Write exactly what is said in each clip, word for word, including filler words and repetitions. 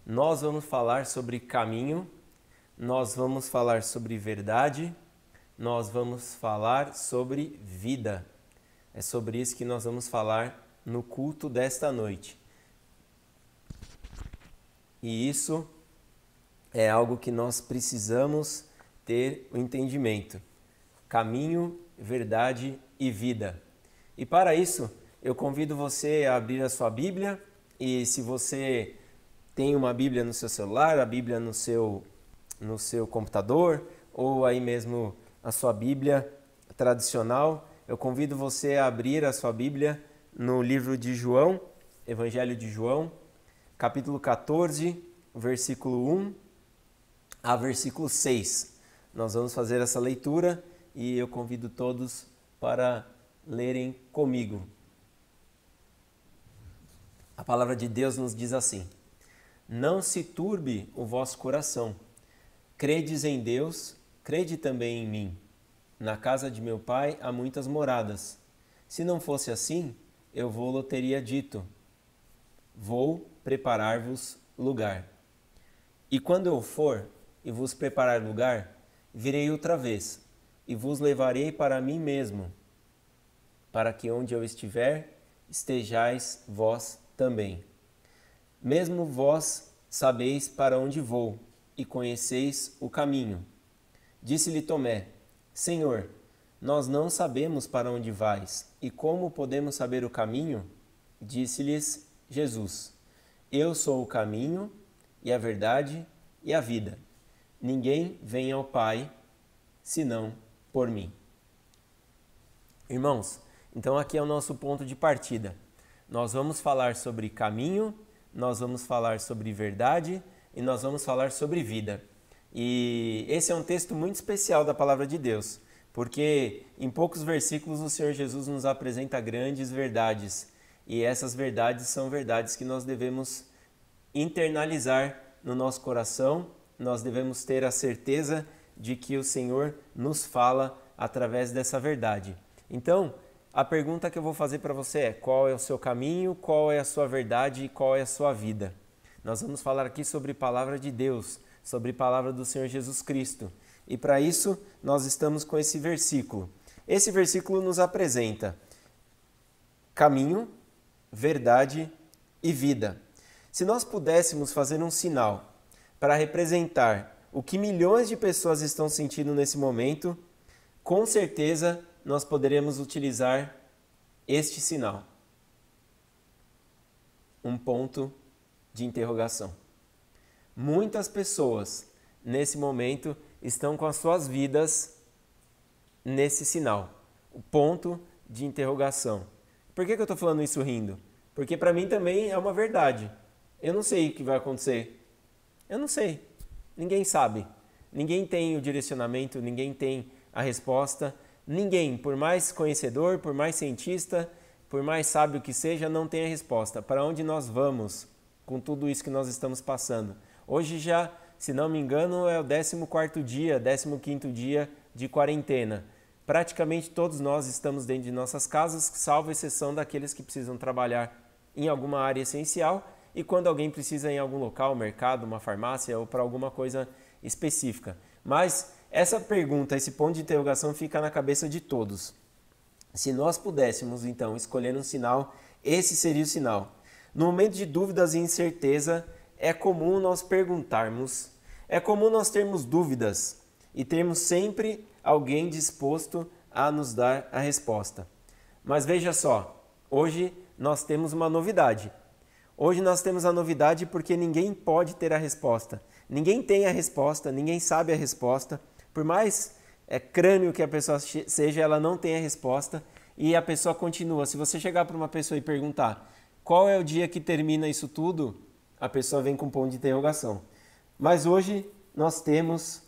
Nós vamos falar sobre caminho, nós vamos falar sobre verdade, nós vamos falar sobre vida. É sobre isso que nós vamos falar no culto desta noite. E isso é algo que nós precisamos ter o entendimento. Caminho, verdade e vida. E para isso, eu convido você a abrir a sua Bíblia, e se você tem uma Bíblia no seu celular, a Bíblia no seu, no seu computador, ou aí mesmo a sua Bíblia tradicional, eu convido você a abrir a sua Bíblia no livro de João, Evangelho de João, capítulo quatorze, versículo um a versículo seis. Nós vamos fazer essa leitura e eu convido todos para lerem comigo. A palavra de Deus nos diz assim: Não se turbe o vosso coração. Credes em Deus, crede também em mim. Na casa de meu pai há muitas moradas. Se não fosse assim, eu vou-lo teria dito: Vou preparar-vos lugar. E quando eu for e vos preparar lugar, virei outra vez e vos levarei para mim mesmo, para que onde eu estiver, estejais vós também. Mesmo vós sabeis para onde vou e conheceis o caminho. Disse-lhe Tomé: Senhor, nós não sabemos para onde vais, e como podemos saber o caminho? Disse-lhes Jesus: Eu sou o caminho e a verdade e a vida. Ninguém vem ao Pai senão por mim. Irmãos, então aqui é o nosso ponto de partida. Nós vamos falar sobre caminho, nós vamos falar sobre verdade e nós vamos falar sobre vida. E esse é um texto muito especial da Palavra de Deus, porque em poucos versículos o Senhor Jesus nos apresenta grandes verdades. E essas verdades são verdades que nós devemos internalizar no nosso coração, nós devemos ter a certeza de que o Senhor nos fala através dessa verdade. Então, a pergunta que eu vou fazer para você é: qual é o seu caminho, qual é a sua verdade e qual é a sua vida? Nós vamos falar aqui sobre palavra de Deus, sobre palavra do Senhor Jesus Cristo. E para isso, nós estamos com esse versículo. Esse versículo nos apresenta caminho, verdade e vida. Se nós pudéssemos fazer um sinal para representar o que milhões de pessoas estão sentindo nesse momento, com certeza nós poderíamos utilizar este sinal. Um ponto de interrogação. Muitas pessoas, nesse momento, estão com as suas vidas nesse sinal. O ponto de interrogação. Por que que eu estou falando isso rindo? Porque para mim também é uma verdade. Eu não sei o que vai acontecer. Eu não sei. Ninguém sabe. Ninguém tem o direcionamento, ninguém tem a resposta. Ninguém, por mais conhecedor, por mais cientista, por mais sábio que seja, não tem a resposta. Para onde nós vamos com tudo isso que nós estamos passando? Hoje já, se não me engano, é o décimo quarto dia, décimo quinto dia de quarentena. Praticamente todos nós estamos dentro de nossas casas, salvo exceção daqueles que precisam trabalhar em alguma área essencial e quando alguém precisa ir em algum local, mercado, uma farmácia ou para alguma coisa específica. Mas essa pergunta, esse ponto de interrogação fica na cabeça de todos. Se nós pudéssemos, então, escolher um sinal, esse seria o sinal. No momento de dúvidas e incerteza, é comum nós perguntarmos, é comum nós termos dúvidas e termos sempre alguém disposto a nos dar a resposta. Mas veja só, hoje nós temos uma novidade. Hoje nós temos a novidade porque ninguém pode ter a resposta. Ninguém tem a resposta, ninguém sabe a resposta. Por mais é, crânio que a pessoa seja, ela não tem a resposta e a pessoa continua. Se você chegar para uma pessoa e perguntar qual é o dia que termina isso tudo, a pessoa vem com um ponto de interrogação. Mas hoje nós temos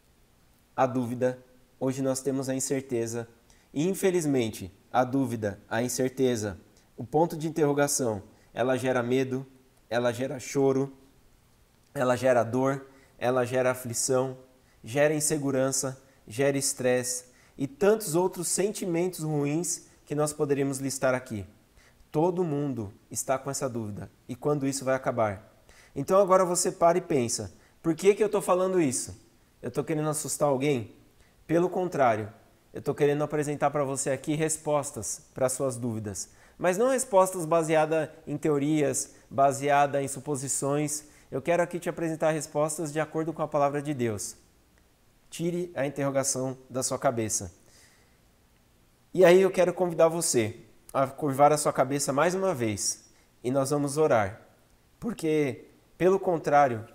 a dúvida, hoje nós temos a incerteza. E infelizmente, a dúvida, a incerteza, o ponto de interrogação, ela gera medo, ela gera choro, ela gera dor, ela gera aflição, gera insegurança, gera estresse e tantos outros sentimentos ruins que nós poderíamos listar aqui. Todo mundo está com essa dúvida. E quando isso vai acabar? Então agora você para e pensa, por que que eu estou falando isso? Eu estou querendo assustar alguém? Pelo contrário, eu estou querendo apresentar para você aqui respostas para suas dúvidas. Mas não respostas baseadas em teorias, baseadas em suposições. Eu quero aqui te apresentar respostas de acordo com a palavra de Deus. Tire a interrogação da sua cabeça. E aí eu quero convidar você a curvar a sua cabeça mais uma vez. E nós vamos orar. Porque, pelo contrário,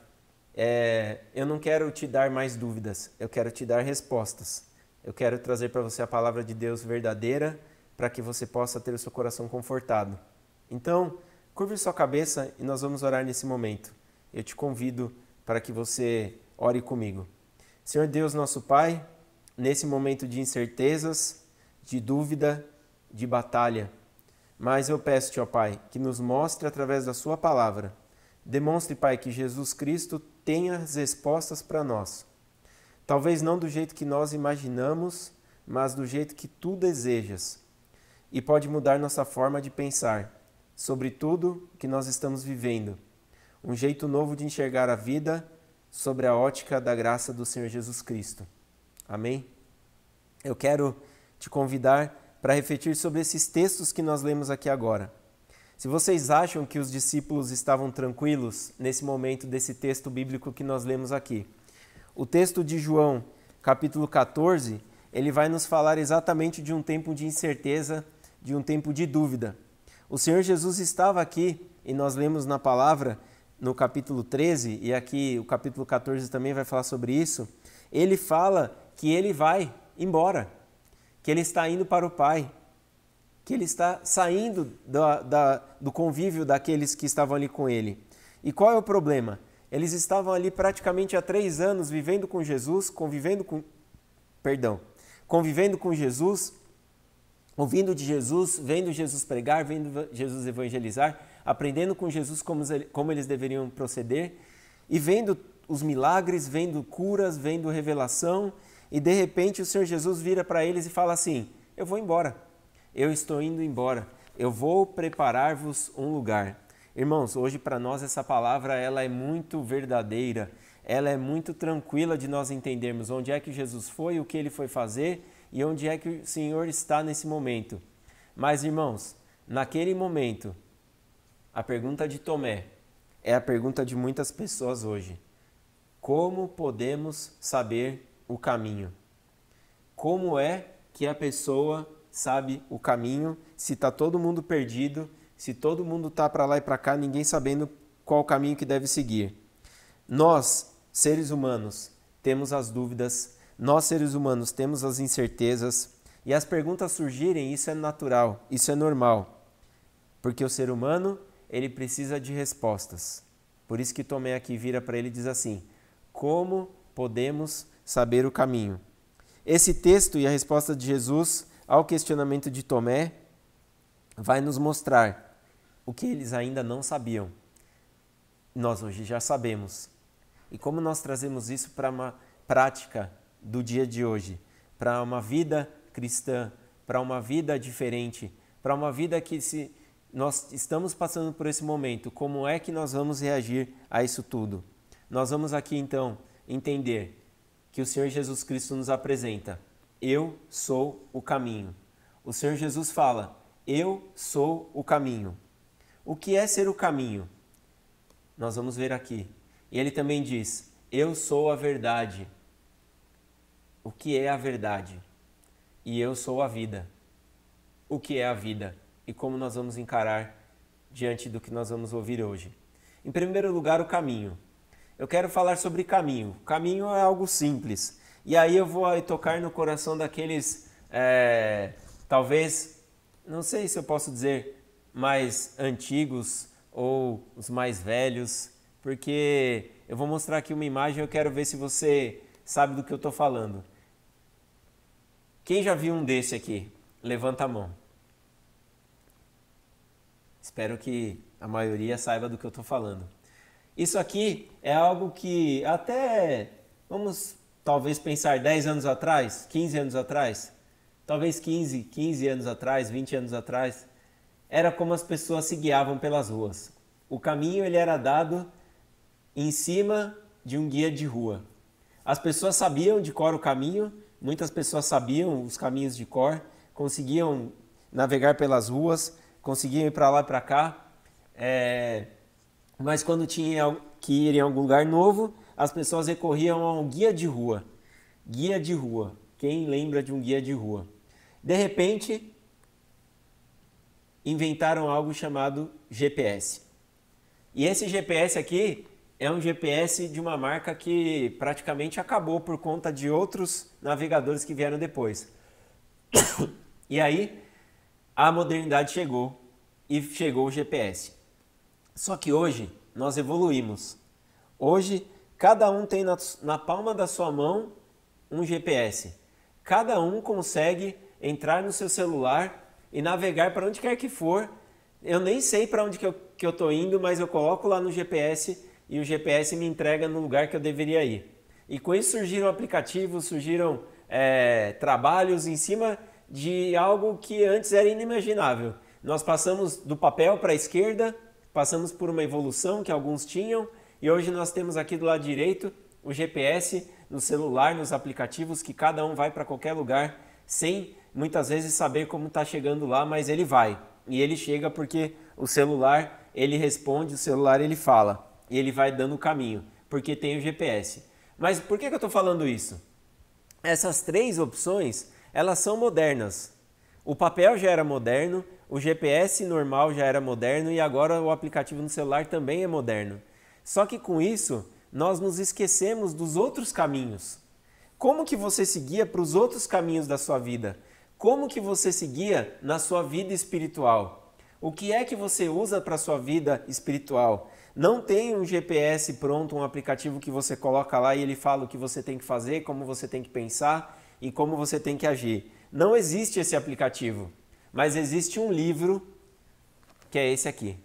é, eu não quero te dar mais dúvidas. Eu quero te dar respostas. Eu quero trazer para você a palavra de Deus verdadeira, para que você possa ter o seu coração confortado. Então, curve sua cabeça e nós vamos orar nesse momento. Eu te convido para que você ore comigo. Senhor Deus, nosso Pai, nesse momento de incertezas, de dúvida, de batalha, mas eu peço-te, ó Pai, que nos mostre através da sua palavra. Demonstre, Pai, que Jesus Cristo tem as respostas para nós. Talvez não do jeito que nós imaginamos, mas do jeito que tu desejas. E pode mudar nossa forma de pensar sobre tudo que nós estamos vivendo. Um jeito novo de enxergar a vida sobre a ótica da graça do Senhor Jesus Cristo. Amém? Eu quero te convidar para refletir sobre esses textos que nós lemos aqui agora. Se vocês acham que os discípulos estavam tranquilos nesse momento desse texto bíblico que nós lemos aqui, o texto de João, capítulo quatorze, ele vai nos falar exatamente de um tempo de incerteza, de um tempo de dúvida. O Senhor Jesus estava aqui, e nós lemos na palavra, no capítulo treze, e aqui o capítulo quatorze também vai falar sobre isso, ele fala que ele vai embora, que ele está indo para o Pai, que ele está saindo da, da, do convívio daqueles que estavam ali com ele. E qual é o problema? Eles estavam ali praticamente há três anos vivendo com Jesus, convivendo com... Perdão, convivendo com Jesus, ouvindo de Jesus, vendo Jesus pregar, vendo Jesus evangelizar, aprendendo com Jesus como, como eles deveriam proceder e vendo os milagres, vendo curas, vendo revelação, e de repente o Senhor Jesus vira para eles e fala assim: eu vou embora, eu estou indo embora, eu vou preparar-vos um lugar. Irmãos, hoje para nós essa palavra ela é muito verdadeira, ela é muito tranquila de nós entendermos onde é que Jesus foi, o que ele foi fazer e onde é que o Senhor está nesse momento. Mas, irmãos, naquele momento, a pergunta de Tomé é a pergunta de muitas pessoas hoje. Como podemos saber o caminho? Como é que a pessoa sabe o caminho se está todo mundo perdido, se todo mundo está para lá e para cá, ninguém sabendo qual o caminho que deve seguir? Nós, seres humanos, temos as dúvidas, nós, seres humanos, temos as incertezas e as perguntas surgirem, isso é natural, isso é normal, porque o ser humano, ele precisa de respostas. Por isso que Tomé aqui vira para ele e diz assim: como podemos saber o caminho? Esse texto e a resposta de Jesus ao questionamento de Tomé vai nos mostrar o que eles ainda não sabiam. Nós hoje já sabemos. E como nós trazemos isso para uma prática do dia de hoje, para uma vida cristã, para uma vida diferente, para uma vida que se nós estamos passando por esse momento, como é que nós vamos reagir a isso tudo? Nós vamos aqui então entender que o Senhor Jesus Cristo nos apresenta: eu sou o caminho. O Senhor Jesus fala: eu sou o caminho. O que é ser o caminho? Nós vamos ver aqui. E ele também diz: eu sou a verdade. O que é a verdade? E eu sou a vida. O que é a vida? E como nós vamos encarar diante do que nós vamos ouvir hoje? Em primeiro lugar, o caminho. Eu quero falar sobre caminho. Caminho é algo simples. E aí eu vou tocar no coração daqueles, é, talvez, não sei se eu posso dizer, mais antigos ou os mais velhos, porque eu vou mostrar aqui uma imagem e eu quero ver se você sabe do que eu estou falando. Quem já viu um desse aqui? Levanta a mão. Espero que a maioria saiba do que eu estou falando. Isso aqui é algo que até, vamos talvez pensar dez anos atrás, quinze anos atrás, talvez quinze, quinze anos atrás, vinte anos atrás, era como as pessoas se guiavam pelas ruas. O caminho ele era dado em cima de um guia de rua. As pessoas sabiam de cor o caminho, muitas pessoas sabiam os caminhos de cor, conseguiam navegar pelas ruas, conseguiam ir para lá e para cá, é... mas quando tinha que ir em algum lugar novo, as pessoas recorriam a um guia de rua. Guia de rua. Quem lembra de um guia de rua? De repente, inventaram algo chamado G P S. E esse G P S aqui é um G P S de uma marca que praticamente acabou por conta de outros navegadores que vieram depois. E aí, a modernidade chegou e chegou o G P S. Só que hoje nós evoluímos. Hoje, cada um tem na, na palma da sua mão um G P S. Cada um consegue entrar no seu celular e navegar para onde quer que for. Eu nem sei para onde que eu, que eu tô indo, mas eu coloco lá no G P S e o G P S me entrega no lugar que eu deveria ir. E com isso surgiram aplicativos, surgiram é, trabalhos em cima de algo que antes era inimaginável. Nós passamos do papel para a esquerda, passamos por uma evolução que alguns tinham e hoje nós temos aqui do lado direito o G P S no celular, nos aplicativos, que cada um vai para qualquer lugar sem muitas vezes saber como está chegando lá, mas ele vai. E ele chega porque o celular, ele responde, o celular ele fala. E ele vai dando o caminho, porque tem o G P S. Mas por que que eu estou falando isso? Essas três opções, elas são modernas. O papel já era moderno, o G P S normal já era moderno e agora o aplicativo no celular também é moderno. Só que com isso, nós nos esquecemos dos outros caminhos. Como que você seguia para os outros caminhos da sua vida? Como que você seguia na sua vida espiritual? O que é que você usa para a sua vida espiritual? Não tem um G P S pronto, um aplicativo que você coloca lá e ele fala o que você tem que fazer, como você tem que pensar e como você tem que agir. Não existe esse aplicativo, mas existe um livro que é esse aqui.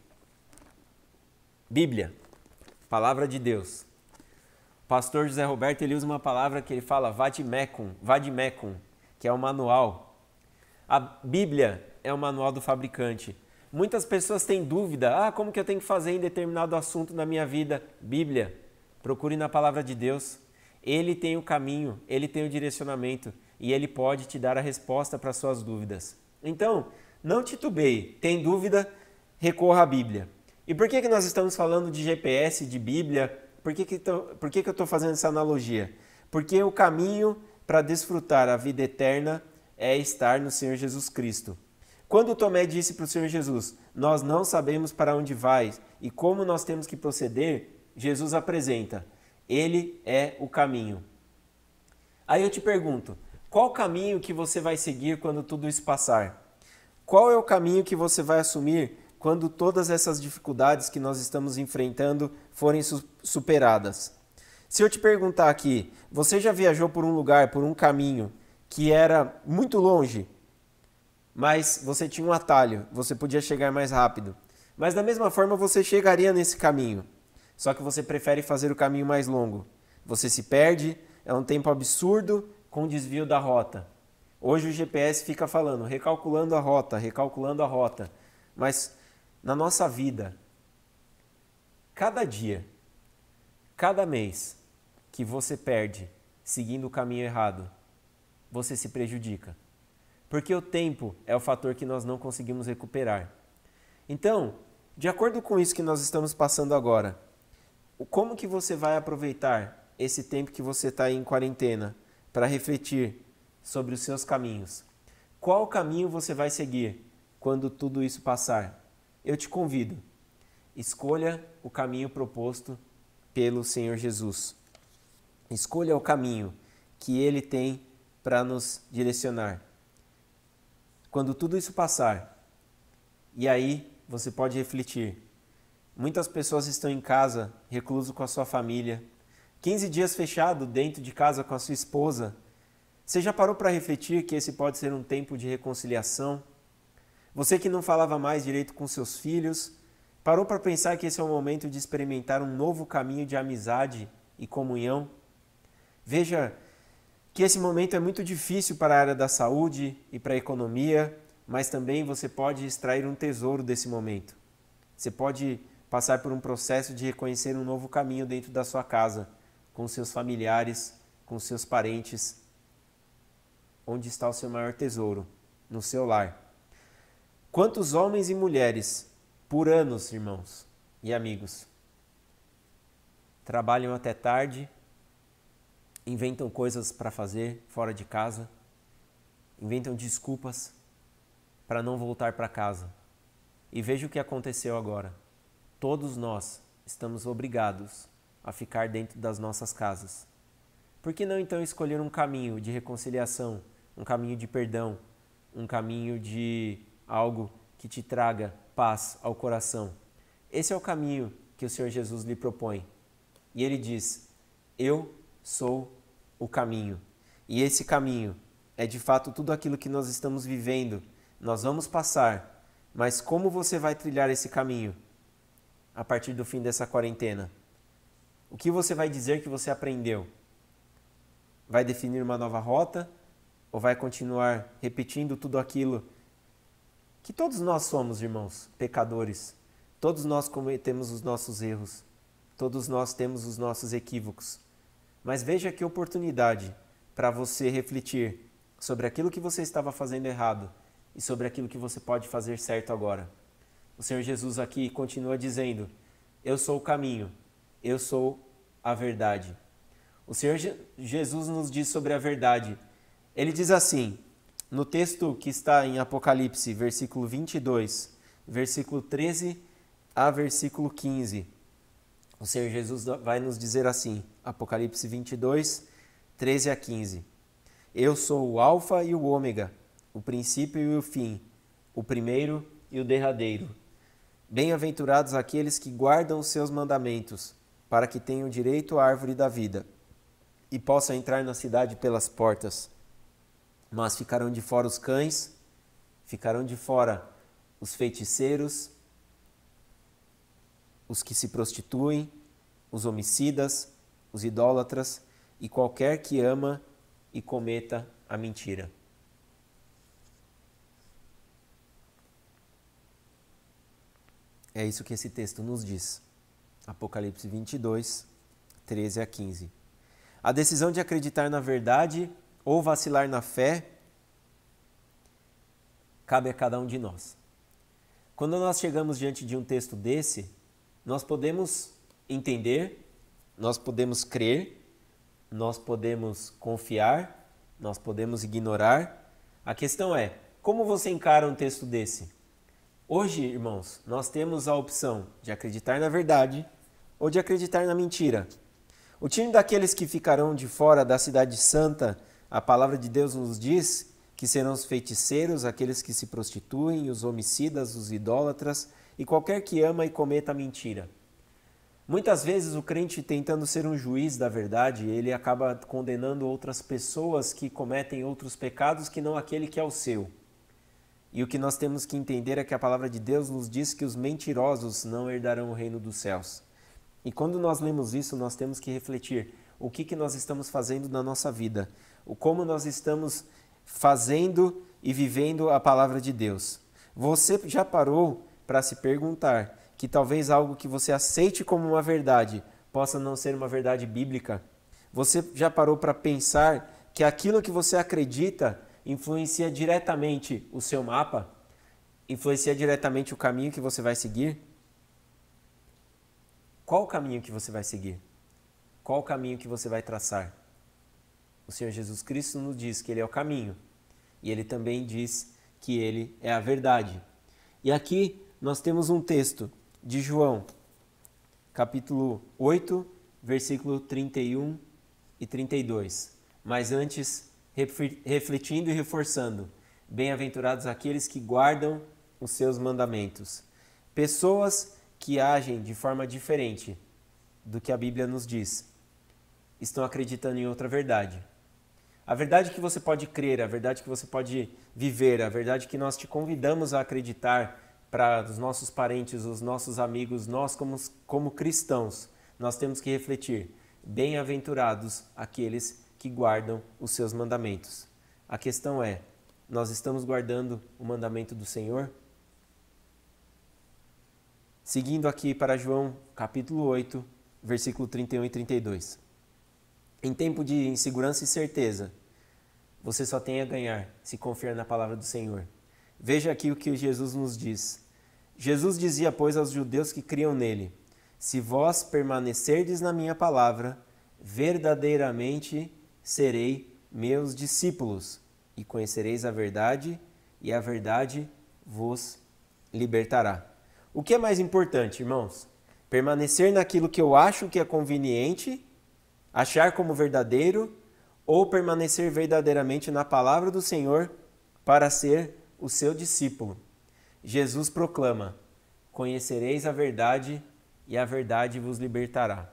Bíblia, Palavra de Deus. O pastor José Roberto ele usa uma palavra que ele fala vadimecum, vadimecum, que é o manual. A Bíblia é o manual do fabricante. Muitas pessoas têm dúvida, ah, como que eu tenho que fazer em determinado assunto na minha vida? Bíblia, procure na palavra de Deus. Ele tem o caminho, ele tem o direcionamento e ele pode te dar a resposta para as suas dúvidas. Então, não titubeie, tem dúvida, recorra à Bíblia. E por que que nós estamos falando de G P S, de Bíblia? Por que que, tô, por que que eu estou fazendo essa analogia? Porque o caminho para desfrutar a vida eterna é estar no Senhor Jesus Cristo. Quando Tomé disse para o Senhor Jesus, nós não sabemos para onde vais e como nós temos que proceder, Jesus apresenta, ele é o caminho. Aí eu te pergunto, qual caminho que você vai seguir quando tudo isso passar? Qual é o caminho que você vai assumir quando todas essas dificuldades que nós estamos enfrentando forem su- superadas? Se eu te perguntar aqui, você já viajou por um lugar, por um caminho que era muito longe, mas você tinha um atalho, você podia chegar mais rápido. Mas da mesma forma você chegaria nesse caminho, só que você prefere fazer o caminho mais longo. Você se perde, é um tempo absurdo com desvio da rota. Hoje o G P S fica falando, recalculando a rota, recalculando a rota. Mas na nossa vida, cada dia, cada mês que você perde seguindo o caminho errado, você se prejudica. Porque o tempo é o fator que nós não conseguimos recuperar. Então, de acordo com isso que nós estamos passando agora, como que você vai aproveitar esse tempo que você está em quarentena para refletir sobre os seus caminhos? Qual caminho você vai seguir quando tudo isso passar? Eu te convido, escolha o caminho proposto pelo Senhor Jesus. Escolha o caminho que Ele tem para nos direcionar. Quando tudo isso passar, e aí você pode refletir. Muitas pessoas estão em casa, recluso com a sua família, quinze dias fechado dentro de casa com a sua esposa. Você já parou para refletir que esse pode ser um tempo de reconciliação? Você que não falava mais direito com seus filhos, parou para pensar que esse é o momento de experimentar um novo caminho de amizade e comunhão? Veja que esse momento é muito difícil para a área da saúde e para a economia, mas também você pode extrair um tesouro desse momento. Você pode passar por um processo de reconhecer um novo caminho dentro da sua casa, com seus familiares, com seus parentes. Onde está o seu maior tesouro? No seu lar. Quantos homens e mulheres, por anos, irmãos e amigos, trabalham até tarde, inventam coisas para fazer fora de casa, inventam desculpas para não voltar para casa. E veja o que aconteceu agora. Todos nós estamos obrigados a ficar dentro das nossas casas. Por que não então escolher um caminho de reconciliação, um caminho de perdão, um caminho de algo que te traga paz ao coração? Esse é o caminho que o Senhor Jesus lhe propõe. E ele diz: eu sou o caminho. E esse caminho é de fato tudo aquilo que nós estamos vivendo. Nós vamos passar, mas como você vai trilhar esse caminho a partir do fim dessa quarentena? O que você vai dizer que você aprendeu? Vai definir uma nova rota ou vai continuar repetindo tudo aquilo que todos nós somos, irmãos, pecadores? Todos nós cometemos os nossos erros, todos nós temos os nossos equívocos. Mas veja que oportunidade para você refletir sobre aquilo que você estava fazendo errado e sobre aquilo que você pode fazer certo agora. O Senhor Jesus aqui continua dizendo: eu sou o caminho, eu sou a verdade. O Senhor Je- Jesus nos diz sobre a verdade. Ele diz assim, no texto que está em Apocalipse, versículo vinte e dois, versículo treze a versículo quinze. O Senhor Jesus vai nos dizer assim, Apocalipse vinte e dois, treze a quinze. Eu sou o Alfa e o Ômega, o princípio e o fim, o primeiro e o derradeiro. Bem-aventurados aqueles que guardam os seus mandamentos, para que tenham direito à árvore da vida e possam entrar na cidade pelas portas. Mas ficarão de fora os cães, ficarão de fora os feiticeiros, os que se prostituem, os homicidas, os idólatras e qualquer que ama e cometa a mentira. É isso que esse texto nos diz. Apocalipse vinte e dois, treze a quinze. A decisão de acreditar na verdade ou vacilar na fé cabe a cada um de nós. Quando nós chegamos diante de um texto desse, nós podemos entender, nós podemos crer, nós podemos confiar, nós podemos ignorar. A questão é, como você encara um texto desse? Hoje, irmãos, nós temos a opção de acreditar na verdade ou de acreditar na mentira. O time daqueles que ficarão de fora da cidade santa, a palavra de Deus nos diz que serão os feiticeiros, aqueles que se prostituem, os homicidas, os idólatras e qualquer que ama e cometa a mentira. Muitas vezes o crente, tentando ser um juiz da verdade, ele acaba condenando outras pessoas que cometem outros pecados que não aquele que é o seu. E o que nós temos que entender é que a palavra de Deus nos diz que os mentirosos não herdarão o reino dos céus. E quando nós lemos isso, nós temos que refletir o que, que nós estamos fazendo na nossa vida, o como nós estamos fazendo e vivendo a palavra de Deus. Você já parou para se perguntar que talvez algo que você aceite como uma verdade possa não ser uma verdade bíblica? Você já parou para pensar que aquilo que você acredita influencia diretamente o seu mapa? Influencia diretamente o caminho que você vai seguir? Qual o caminho que você vai seguir? Qual o caminho que você vai traçar? O Senhor Jesus Cristo nos diz que Ele é o caminho. E Ele também diz que Ele é a verdade. E aqui nós temos um texto de João, capítulo oito, versículo trinta e um e trinta e dois. Mas antes, refletindo e reforçando, bem-aventurados aqueles que guardam os seus mandamentos. Pessoas que agem de forma diferente do que a Bíblia nos diz, estão acreditando em outra verdade. A verdade que você pode crer, a verdade que você pode viver, a verdade que nós te convidamos a acreditar para os nossos parentes, os nossos amigos, nós como, como cristãos, nós temos que refletir. Bem-aventurados aqueles que guardam os seus mandamentos. A questão é, nós estamos guardando o mandamento do Senhor? Seguindo aqui para João capítulo oito, versículo trinta e um e trinta e dois. Em tempo de insegurança e certeza, você só tem a ganhar se confiar na palavra do Senhor. Veja aqui o que Jesus nos diz. Jesus dizia, pois, aos judeus que criam nele: se vós permanecerdes na minha palavra, verdadeiramente serei meus discípulos, e conhecereis a verdade, e a verdade vos libertará. O que é mais importante, irmãos? Permanecer naquilo que eu acho que é conveniente, achar como verdadeiro, ou permanecer verdadeiramente na palavra do Senhor para ser o seu discípulo? Jesus proclama: conhecereis a verdade e a verdade vos libertará.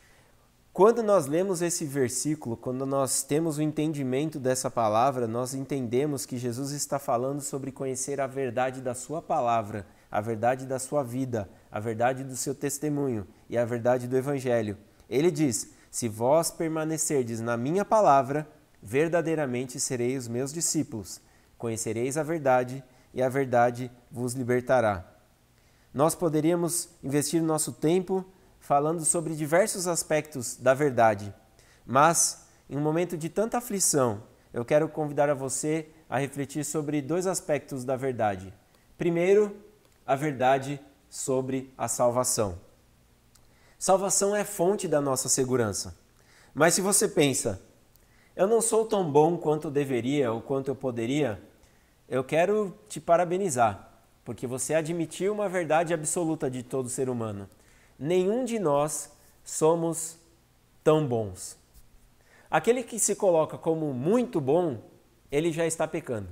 Quando nós lemos esse versículo, quando nós temos o entendimento dessa palavra, nós entendemos que Jesus está falando sobre conhecer a verdade da sua palavra, a verdade da sua vida, a verdade do seu testemunho e a verdade do evangelho. Ele diz: se vós permanecerdes na minha palavra, verdadeiramente sereis os meus discípulos. Conhecereis a verdade e a verdade vos libertará. Nós poderíamos investir nosso tempo falando sobre diversos aspectos da verdade, mas em um momento de tanta aflição, eu quero convidar a você a refletir sobre dois aspectos da verdade. Primeiro, a verdade sobre a salvação. Salvação é fonte da nossa segurança. Mas se você pensa, eu não sou tão bom quanto eu deveria ou quanto eu poderia, eu quero te parabenizar, porque você admitiu uma verdade absoluta de todo ser humano. Nenhum de nós somos tão bons. Aquele que se coloca como muito bom, ele já está pecando.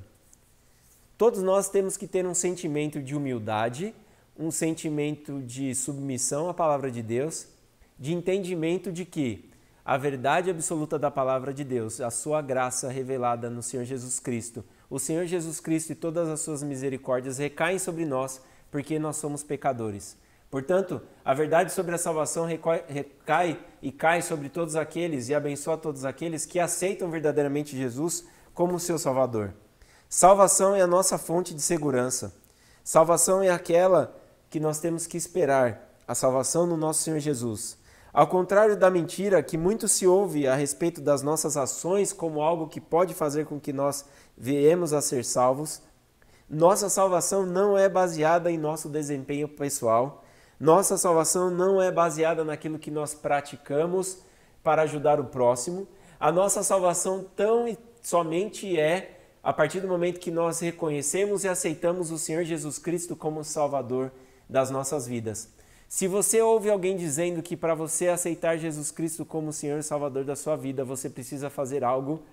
Todos nós temos que ter um sentimento de humildade, um sentimento de submissão à palavra de Deus, de entendimento de que a verdade absoluta da palavra de Deus, a sua graça revelada no Senhor Jesus Cristo, o Senhor Jesus Cristo e todas as suas misericórdias recaem sobre nós porque nós somos pecadores. Portanto, a verdade sobre a salvação recai e cai sobre todos aqueles e abençoa todos aqueles que aceitam verdadeiramente Jesus como seu Salvador. Salvação é a nossa fonte de segurança. Salvação é aquela que nós temos que esperar, a salvação no nosso Senhor Jesus. Ao contrário da mentira que muito se ouve a respeito das nossas ações como algo que pode fazer com que nós viemos a ser salvos, nossa salvação não é baseada em nosso desempenho pessoal. Nossa salvação não é baseada naquilo que nós praticamos para ajudar o próximo. A nossa salvação tão e somente é a partir do momento que nós reconhecemos e aceitamos o Senhor Jesus Cristo como Salvador das nossas vidas. Se você ouve alguém dizendo que para você aceitar Jesus Cristo como Senhor e Salvador da sua vida, você precisa fazer algo,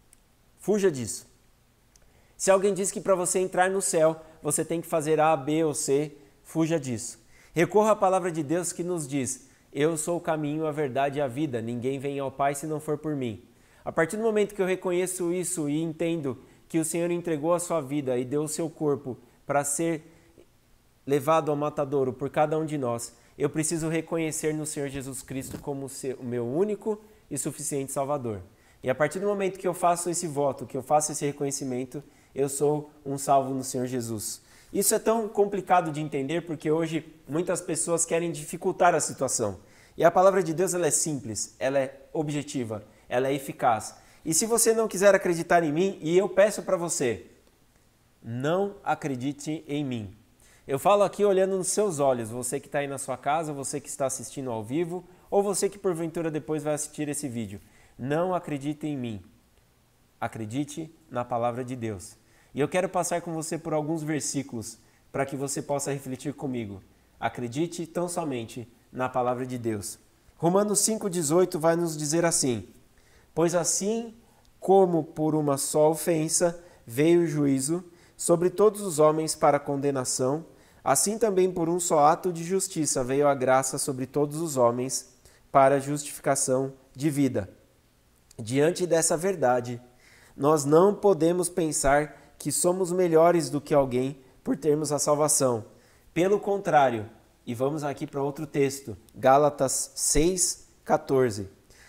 fuja disso. Se alguém diz que para você entrar no céu, você tem que fazer A, B ou C, fuja disso. Recorra à palavra de Deus que nos diz: eu sou o caminho, a verdade e a vida, ninguém vem ao Pai se não for por mim. A partir do momento que eu reconheço isso e entendo que o Senhor entregou a sua vida e deu o seu corpo para ser levado ao matadouro por cada um de nós, eu preciso reconhecer no Senhor Jesus Cristo como o meu único e suficiente Salvador. E a partir do momento que eu faço esse voto, que eu faço esse reconhecimento, eu sou um salvo no Senhor Jesus. Isso é tão complicado de entender porque hoje muitas pessoas querem dificultar a situação. E a palavra de Deus ela é simples, ela é objetiva, ela é eficaz. E se você não quiser acreditar em mim, e eu peço para você, não acredite em mim. Eu falo aqui olhando nos seus olhos, você que está aí na sua casa, você que está assistindo ao vivo, ou você que porventura depois vai assistir esse vídeo. Não acredite em mim. Acredite na palavra de Deus. E eu quero passar com você por alguns versículos para que você possa refletir comigo. Acredite tão somente na palavra de Deus. Romanos cinco, dezoito vai nos dizer assim: pois assim como por uma só ofensa veio o juízo sobre todos os homens para condenação, assim também por um só ato de justiça veio a graça sobre todos os homens para justificação de vida. Diante dessa verdade, nós não podemos pensar que somos melhores do que alguém por termos a salvação. Pelo contrário, e vamos aqui para outro texto, Gálatas seis, quatorze.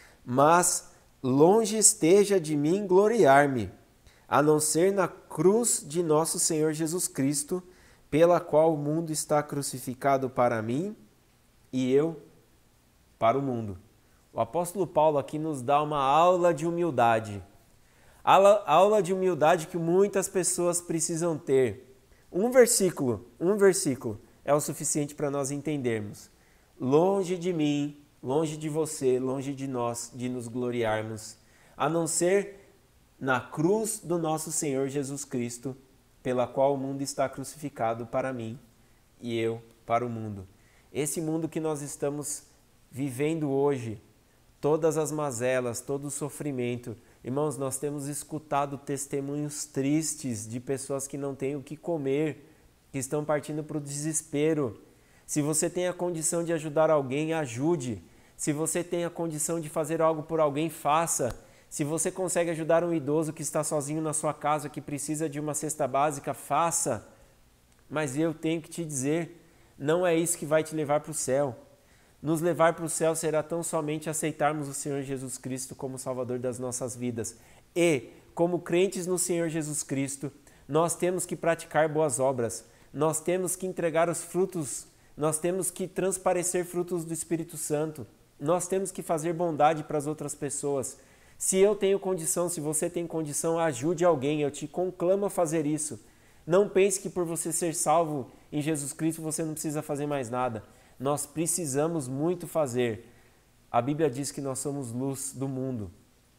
Mas longe esteja de mim gloriar-me, a não ser na cruz de nosso Senhor Jesus Cristo, pela qual o mundo está crucificado para mim e eu para o mundo. O apóstolo Paulo aqui nos dá uma aula de humildade. Aula, aula de humildade que muitas pessoas precisam ter. Um versículo, um versículo é o suficiente para nós entendermos. Longe de mim, longe de você, longe de nós, de nos gloriarmos, a não ser na cruz do nosso Senhor Jesus Cristo, pela qual o mundo está crucificado para mim e eu para o mundo. Esse mundo que nós estamos vivendo hoje, todas as mazelas, todo o sofrimento. Irmãos, nós temos escutado testemunhos tristes de pessoas que não têm o que comer, que estão partindo para o desespero. Se você tem a condição de ajudar alguém, ajude. Se você tem a condição de fazer algo por alguém, faça. Se você consegue ajudar um idoso que está sozinho na sua casa, que precisa de uma cesta básica, faça. Mas eu tenho que te dizer, não é isso que vai te levar para o céu. Nos levar para o céu será tão somente aceitarmos o Senhor Jesus Cristo como Salvador das nossas vidas. E, como crentes no Senhor Jesus Cristo, nós temos que praticar boas obras, nós temos que entregar os frutos, nós temos que transparecer frutos do Espírito Santo, nós temos que fazer bondade para as outras pessoas. Se eu tenho condição, se você tem condição, ajude alguém, eu te conclamo a fazer isso. Não pense que por você ser salvo em Jesus Cristo você não precisa fazer mais nada. Nós precisamos muito fazer. A Bíblia diz que nós somos luz do mundo.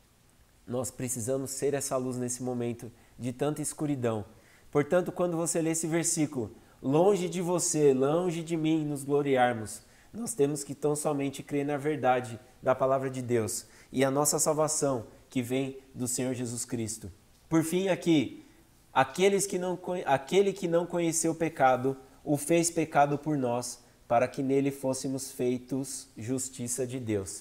Nós precisamos ser essa luz nesse momento de tanta escuridão. Portanto, quando você lê esse versículo, longe de você, longe de mim nos gloriarmos, nós temos que tão somente crer na verdade da palavra de Deus e a nossa salvação que vem do Senhor Jesus Cristo. Por fim, aqui, aqueles que não, aquele que não conheceu o pecado, o fez pecado por nós, para que nele fôssemos feitos justiça de Deus.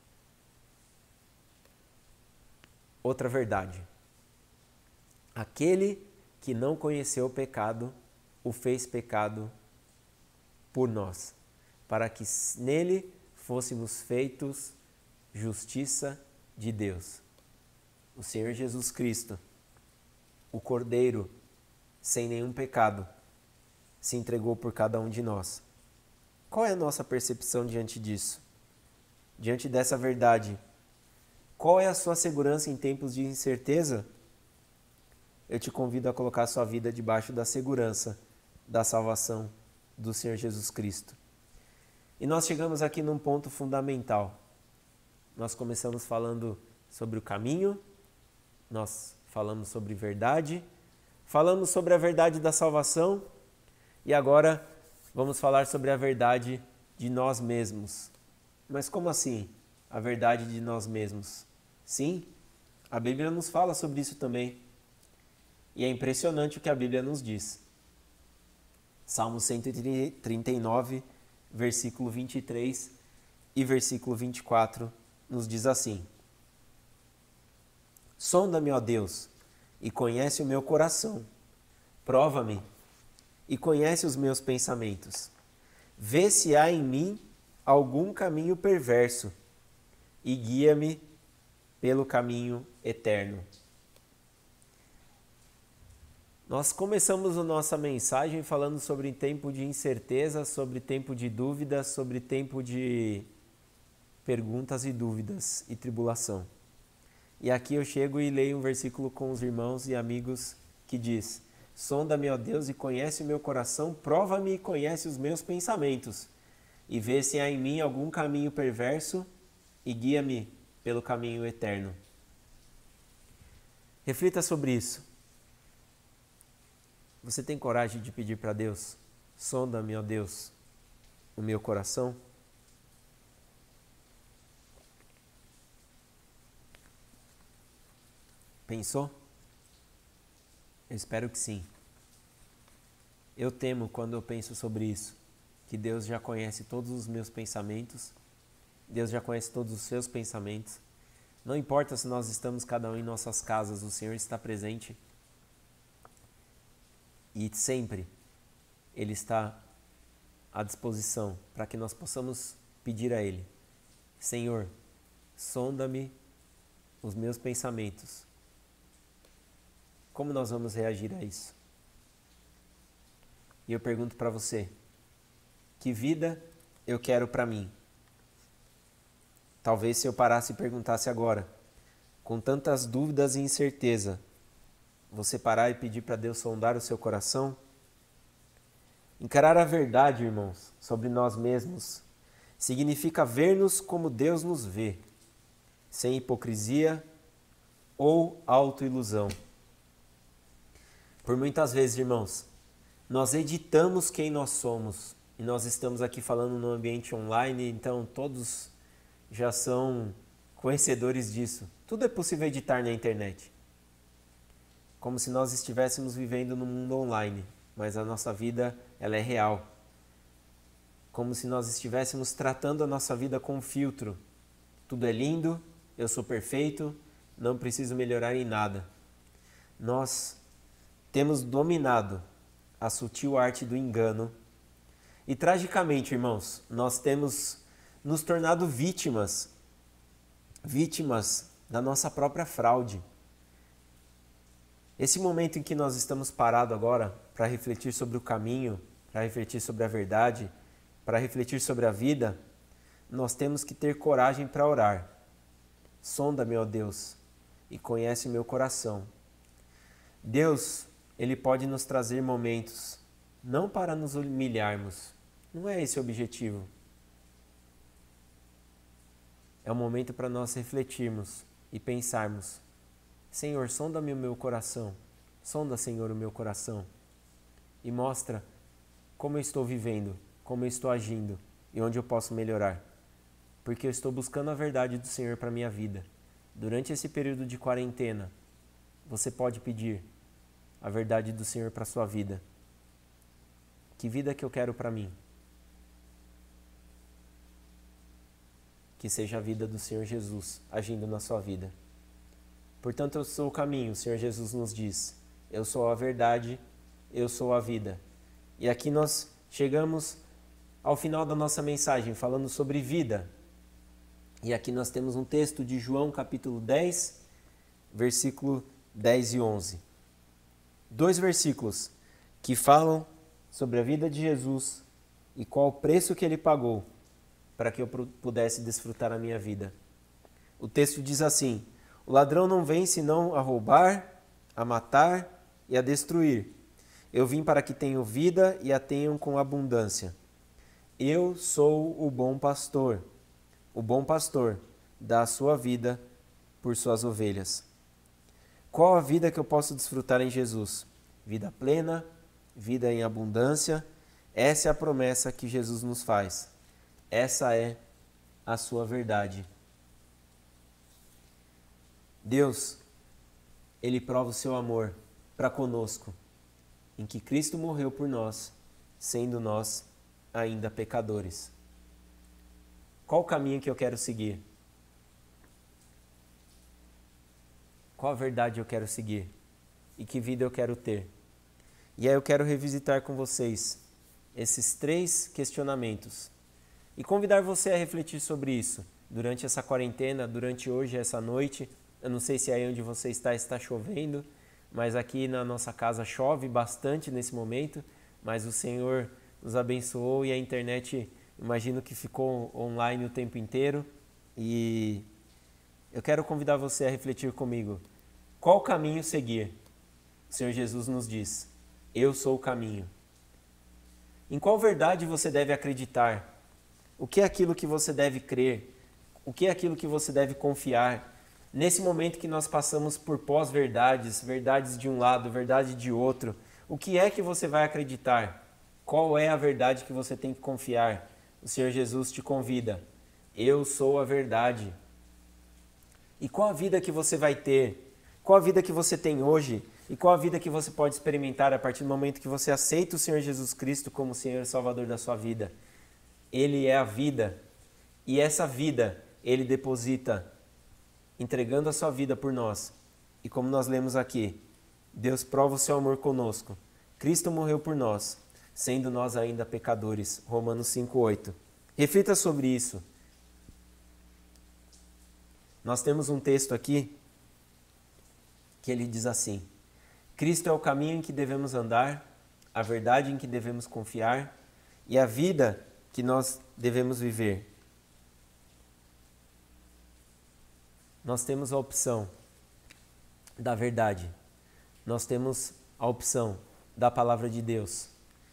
Outra verdade. Aquele que não conheceu o pecado, o fez pecado por nós, para que nele fôssemos feitos justiça de Deus. O Senhor Jesus Cristo, o Cordeiro, sem nenhum pecado, se entregou por cada um de nós. Qual é a nossa percepção diante disso? Diante dessa verdade? Qual é a sua segurança em tempos de incerteza? Eu te convido a colocar a sua vida debaixo da segurança da salvação do Senhor Jesus Cristo. E nós chegamos aqui num ponto fundamental. Nós começamos falando sobre o caminho, nós falamos sobre verdade, falamos sobre a verdade da salvação e agora vamos falar sobre a verdade de nós mesmos. Mas como assim, a verdade de nós mesmos? Sim, a Bíblia nos fala sobre isso também. E é impressionante o que a Bíblia nos diz. Salmo cento e trinta e nove, versículo vinte e três e versículo vinte e quatro nos diz assim: sonda-me, ó Deus, e conhece o meu coração. Prova-me e conhece os meus pensamentos. Vê se há em mim algum caminho perverso e guia-me pelo caminho eterno. Nós começamos a nossa mensagem falando sobre tempo de incerteza, sobre tempo de dúvidas, sobre tempo de perguntas e dúvidas e tribulação. E aqui eu chego e leio um versículo com os irmãos e amigos que diz: sonda-me, ó Deus, e conhece o meu coração, prova-me e conhece os meus pensamentos, e vê se há em mim algum caminho perverso e guia-me pelo caminho eterno. Reflita sobre isso. Você tem coragem de pedir para Deus: sonda-me, ó Deus, o meu coração? Pensou? Eu espero que sim. Eu temo quando eu penso sobre isso, que Deus já conhece todos os meus pensamentos, Deus já conhece todos os seus pensamentos. Não importa se nós estamos cada um em nossas casas, o Senhor está presente. E sempre Ele está à disposição para que nós possamos pedir a Ele: Senhor, sonda-me os meus pensamentos. Como nós vamos reagir a isso? E eu pergunto para você, que vida eu quero para mim? Talvez se eu parasse e perguntasse agora, com tantas dúvidas e incerteza, você parar e pedir para Deus sondar o seu coração? Encarar a verdade, irmãos, sobre nós mesmos, significa ver-nos como Deus nos vê, sem hipocrisia ou autoilusão. Por muitas vezes, irmãos, nós editamos quem nós somos, e nós estamos aqui falando no ambiente online, então todos já são conhecedores disso. Tudo é possível editar na internet. Como se nós estivéssemos vivendo no mundo online, mas a nossa vida, ela é real. Como se nós estivéssemos tratando a nossa vida com um filtro. Tudo é lindo, eu sou perfeito, não preciso melhorar em nada. Nós temos dominado a sutil arte do engano e, tragicamente, irmãos, nós temos nos tornado vítimas, vítimas da nossa própria fraude. Esse momento em que nós estamos parados agora para refletir sobre o caminho, para refletir sobre a verdade, para refletir sobre a vida, nós temos que ter coragem para orar. Sonda-me, ó Deus, e conhece meu coração. Deus, Ele pode nos trazer momentos, não para nos humilharmos, não é esse o objetivo. É um momento para nós refletirmos e pensarmos, Senhor, sonda-me o meu coração, sonda, Senhor, o meu coração e mostra como eu estou vivendo, como eu estou agindo e onde eu posso melhorar. Porque eu estou buscando a verdade do Senhor para a minha vida. Durante esse período de quarentena, você pode pedir a verdade do Senhor para a sua vida. Que vida que eu quero para mim? Que seja a vida do Senhor Jesus agindo na sua vida. Portanto, eu sou o caminho, o Senhor Jesus nos diz. Eu sou a verdade, eu sou a vida. E aqui nós chegamos ao final da nossa mensagem, falando sobre vida. E aqui nós temos um texto de João capítulo dez, versículo dez e onze. Dois versículos que falam sobre a vida de Jesus e qual o preço que ele pagou para que eu pudesse desfrutar a minha vida. O texto diz assim: o ladrão não vem senão a roubar, a matar e a destruir. Eu vim para que tenham vida e a tenham com abundância. Eu sou o bom pastor. O bom pastor dá a sua vida por suas ovelhas. Qual a vida que eu posso desfrutar em Jesus? Vida plena, vida em abundância. Essa é a promessa que Jesus nos faz. Essa é a sua verdade. Deus, Ele prova o seu amor para conosco, em que Cristo morreu por nós, sendo nós ainda pecadores. Qual o caminho que eu quero seguir? Qual a verdade eu quero seguir? E que vida eu quero ter? E aí eu quero revisitar com vocês esses três questionamentos e convidar você a refletir sobre isso durante essa quarentena, durante hoje, essa noite. Eu não sei se aí onde você está está chovendo, mas aqui na nossa casa chove bastante nesse momento, mas o Senhor nos abençoou e a internet, imagino que ficou online o tempo inteiro. E eu quero convidar você a refletir comigo. Qual caminho seguir? O Senhor Jesus nos diz: eu sou o caminho. Em qual verdade você deve acreditar? O que é aquilo que você deve crer? O que é aquilo que você deve confiar? Nesse momento que nós passamos por pós-verdades, verdades de um lado, verdade de outro, o que é que você vai acreditar? Qual é a verdade que você tem que confiar? O Senhor Jesus te convida. Eu sou a verdade. E qual a vida que você vai ter? Qual a vida que você tem hoje? E qual a vida que você pode experimentar a partir do momento que você aceita o Senhor Jesus Cristo como Senhor e Salvador da sua vida? Ele é a vida. E essa vida Ele deposita entregando a sua vida por nós. E como nós lemos aqui, Deus prova o seu amor conosco. Cristo morreu por nós, sendo nós ainda pecadores. Romanos cinco, oito. Reflita sobre isso. Nós temos um texto aqui que ele diz assim: Cristo é o caminho em que devemos andar, a verdade em que devemos confiar e a vida que nós devemos viver. Nós temos a opção da verdade. Nós temos a opção da palavra de Deus.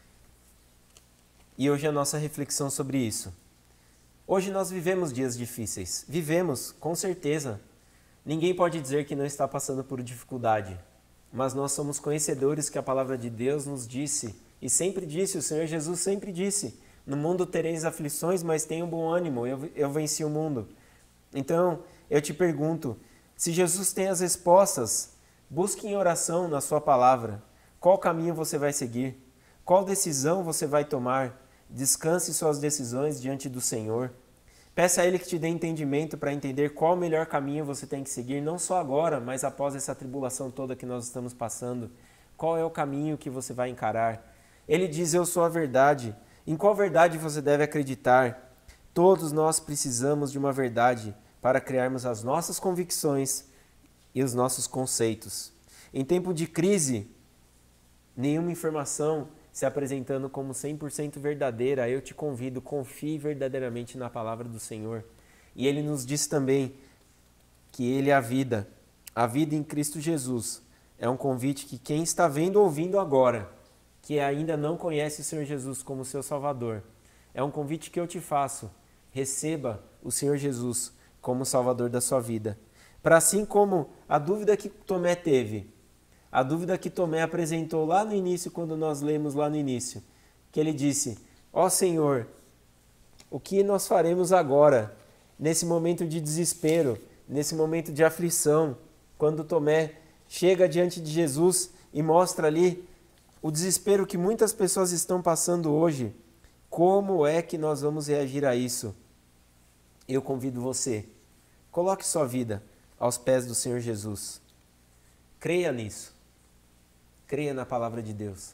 E hoje a nossa reflexão sobre isso. Hoje nós vivemos dias difíceis. Vivemos, com certeza. Ninguém pode dizer que não está passando por dificuldade. Mas nós somos conhecedores que a palavra de Deus nos disse, e sempre disse, o Senhor Jesus sempre disse, no mundo tereis aflições, mas tenham bom ânimo, eu, eu venci o mundo. Então, eu te pergunto, se Jesus tem as respostas, busque em oração na sua palavra. Qual caminho você vai seguir? Qual decisão você vai tomar? Descanse suas decisões diante do Senhor. Peça a Ele que te dê entendimento para entender qual o melhor caminho você tem que seguir, não só agora, mas após essa tribulação toda que nós estamos passando. Qual é o caminho que você vai encarar? Ele diz, eu sou a verdade. Em qual verdade você deve acreditar? Todos nós precisamos de uma verdade para criarmos as nossas convicções e os nossos conceitos. Em tempo de crise, nenhuma informação se apresentando como cem por cento verdadeira, eu te convido, confie verdadeiramente na palavra do Senhor. E Ele nos diz também que Ele é a vida, a vida em Cristo Jesus. É um convite que quem está vendo ou ouvindo agora, que ainda não conhece o Senhor Jesus como seu Salvador, é um convite que eu te faço. Receba o Senhor Jesus como Salvador da sua vida. Para assim como a dúvida que Tomé teve, a dúvida que Tomé apresentou lá no início, quando nós lemos lá no início, que ele disse, ó Senhor, o que nós faremos agora, nesse momento de desespero, nesse momento de aflição, quando Tomé chega diante de Jesus e mostra ali o desespero que muitas pessoas estão passando hoje, como é que nós vamos reagir a isso? Eu convido você, coloque sua vida aos pés do Senhor Jesus. Creia nisso. Creia na palavra de Deus.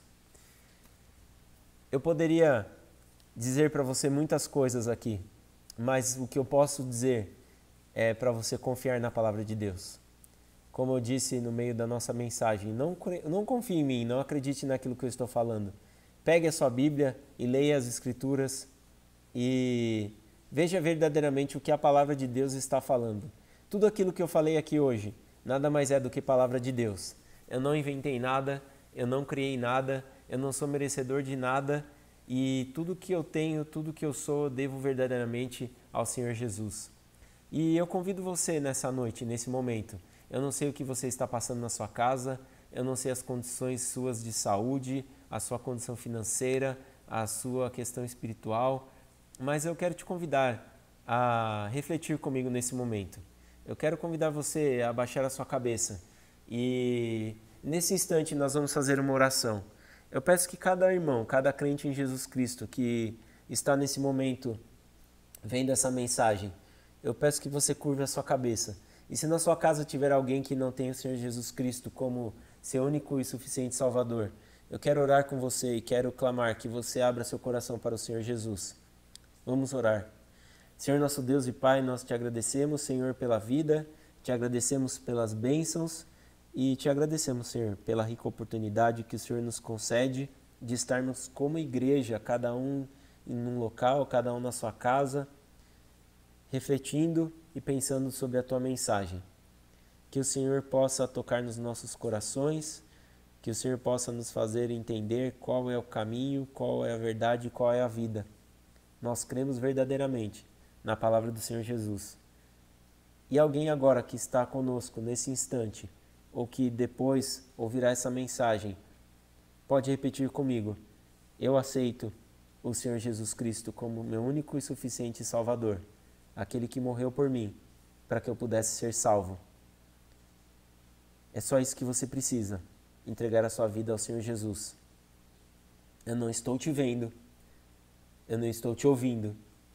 Eu poderia dizer para você muitas coisas aqui, mas o que eu posso dizer é para você confiar na palavra de Deus. Como eu disse no meio da nossa mensagem, não, não confie em mim, não acredite naquilo que eu estou falando. Pegue a sua Bíblia e leia as Escrituras e veja verdadeiramente o que a palavra de Deus está falando. Tudo aquilo que eu falei aqui hoje, nada mais é do que palavra de Deus. Eu não inventei nada, eu não criei nada, eu não sou merecedor de nada e tudo que eu tenho, tudo que eu sou, eu devo verdadeiramente ao Senhor Jesus. E eu convido você nessa noite, nesse momento. Eu não sei o que você está passando na sua casa, eu não sei as condições suas de saúde, a sua condição financeira, a sua questão espiritual, mas eu quero te convidar a refletir comigo nesse momento. Eu quero convidar você a baixar a sua cabeça e nesse instante nós vamos fazer uma oração. Eu peço que cada irmão, cada crente em Jesus Cristo que está nesse momento vendo essa mensagem, eu peço que você curve a sua cabeça. E se na sua casa tiver alguém que não tem o Senhor Jesus Cristo como seu único e suficiente Salvador, eu quero orar com você e quero clamar que você abra seu coração para o Senhor Jesus. Vamos orar. Senhor nosso Deus e Pai, nós te agradecemos, Senhor, pela vida, te agradecemos pelas bênçãos e te agradecemos, Senhor, pela rica oportunidade que o Senhor nos concede de estarmos como igreja, cada um em um local, cada um na sua casa, refletindo e pensando sobre a tua mensagem. Que o Senhor possa tocar nos nossos corações, que o Senhor possa nos fazer entender qual é o caminho, qual é a verdade e qual é a vida. Nós cremos verdadeiramente na palavra do Senhor Jesus. E alguém agora que está conosco nesse instante, ou que depois ouvirá essa mensagem, pode repetir comigo: eu aceito o Senhor Jesus Cristo como meu único e suficiente Salvador, aquele que morreu por mim, para que eu pudesse ser salvo. É só isso que você precisa, entregar a sua vida ao Senhor Jesus. Eu não estou te vendo, eu não estou te ouvindo,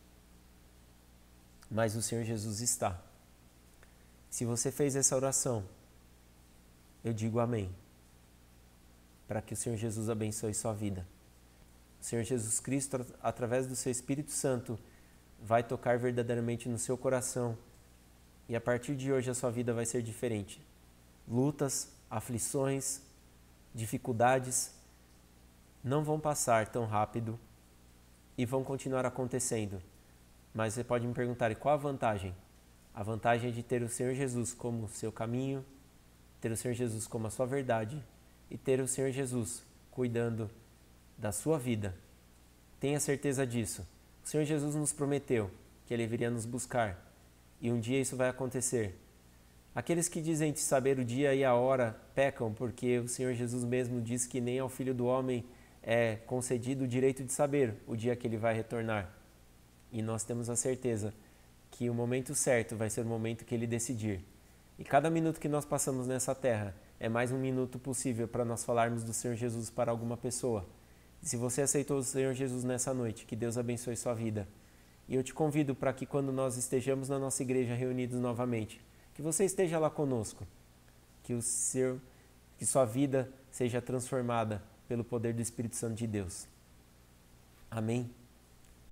mas o Senhor Jesus está. Se você fez essa oração, eu digo amém, para que o Senhor Jesus abençoe sua vida. O Senhor Jesus Cristo, através do seu Espírito Santo, vai tocar verdadeiramente no seu coração e a partir de hoje a sua vida vai ser diferente. Lutas, aflições, dificuldades, não vão passar tão rápido e vão continuar acontecendo. Mas você pode me perguntar, e qual a vantagem? A vantagem é de ter o Senhor Jesus como seu caminho, ter o Senhor Jesus como a sua verdade e ter o Senhor Jesus cuidando da sua vida. Tenha certeza disso. O Senhor Jesus nos prometeu que Ele viria nos buscar e um dia isso vai acontecer. Aqueles que dizem saber o dia e a hora pecam, porque o Senhor Jesus mesmo diz que nem ao Filho do Homem é concedido o direito de saber o dia que Ele vai retornar. E nós temos a certeza que o momento certo vai ser o momento que Ele decidir. E cada minuto que nós passamos nessa terra é mais um minuto possível para nós falarmos do Senhor Jesus para alguma pessoa. E se você aceitou o Senhor Jesus nessa noite, que Deus abençoe sua vida. E eu te convido para que quando nós estejamos na nossa igreja reunidos novamente, que você esteja lá conosco, que, o seu, que sua vida seja transformada pelo poder do Espírito Santo de Deus. Amém?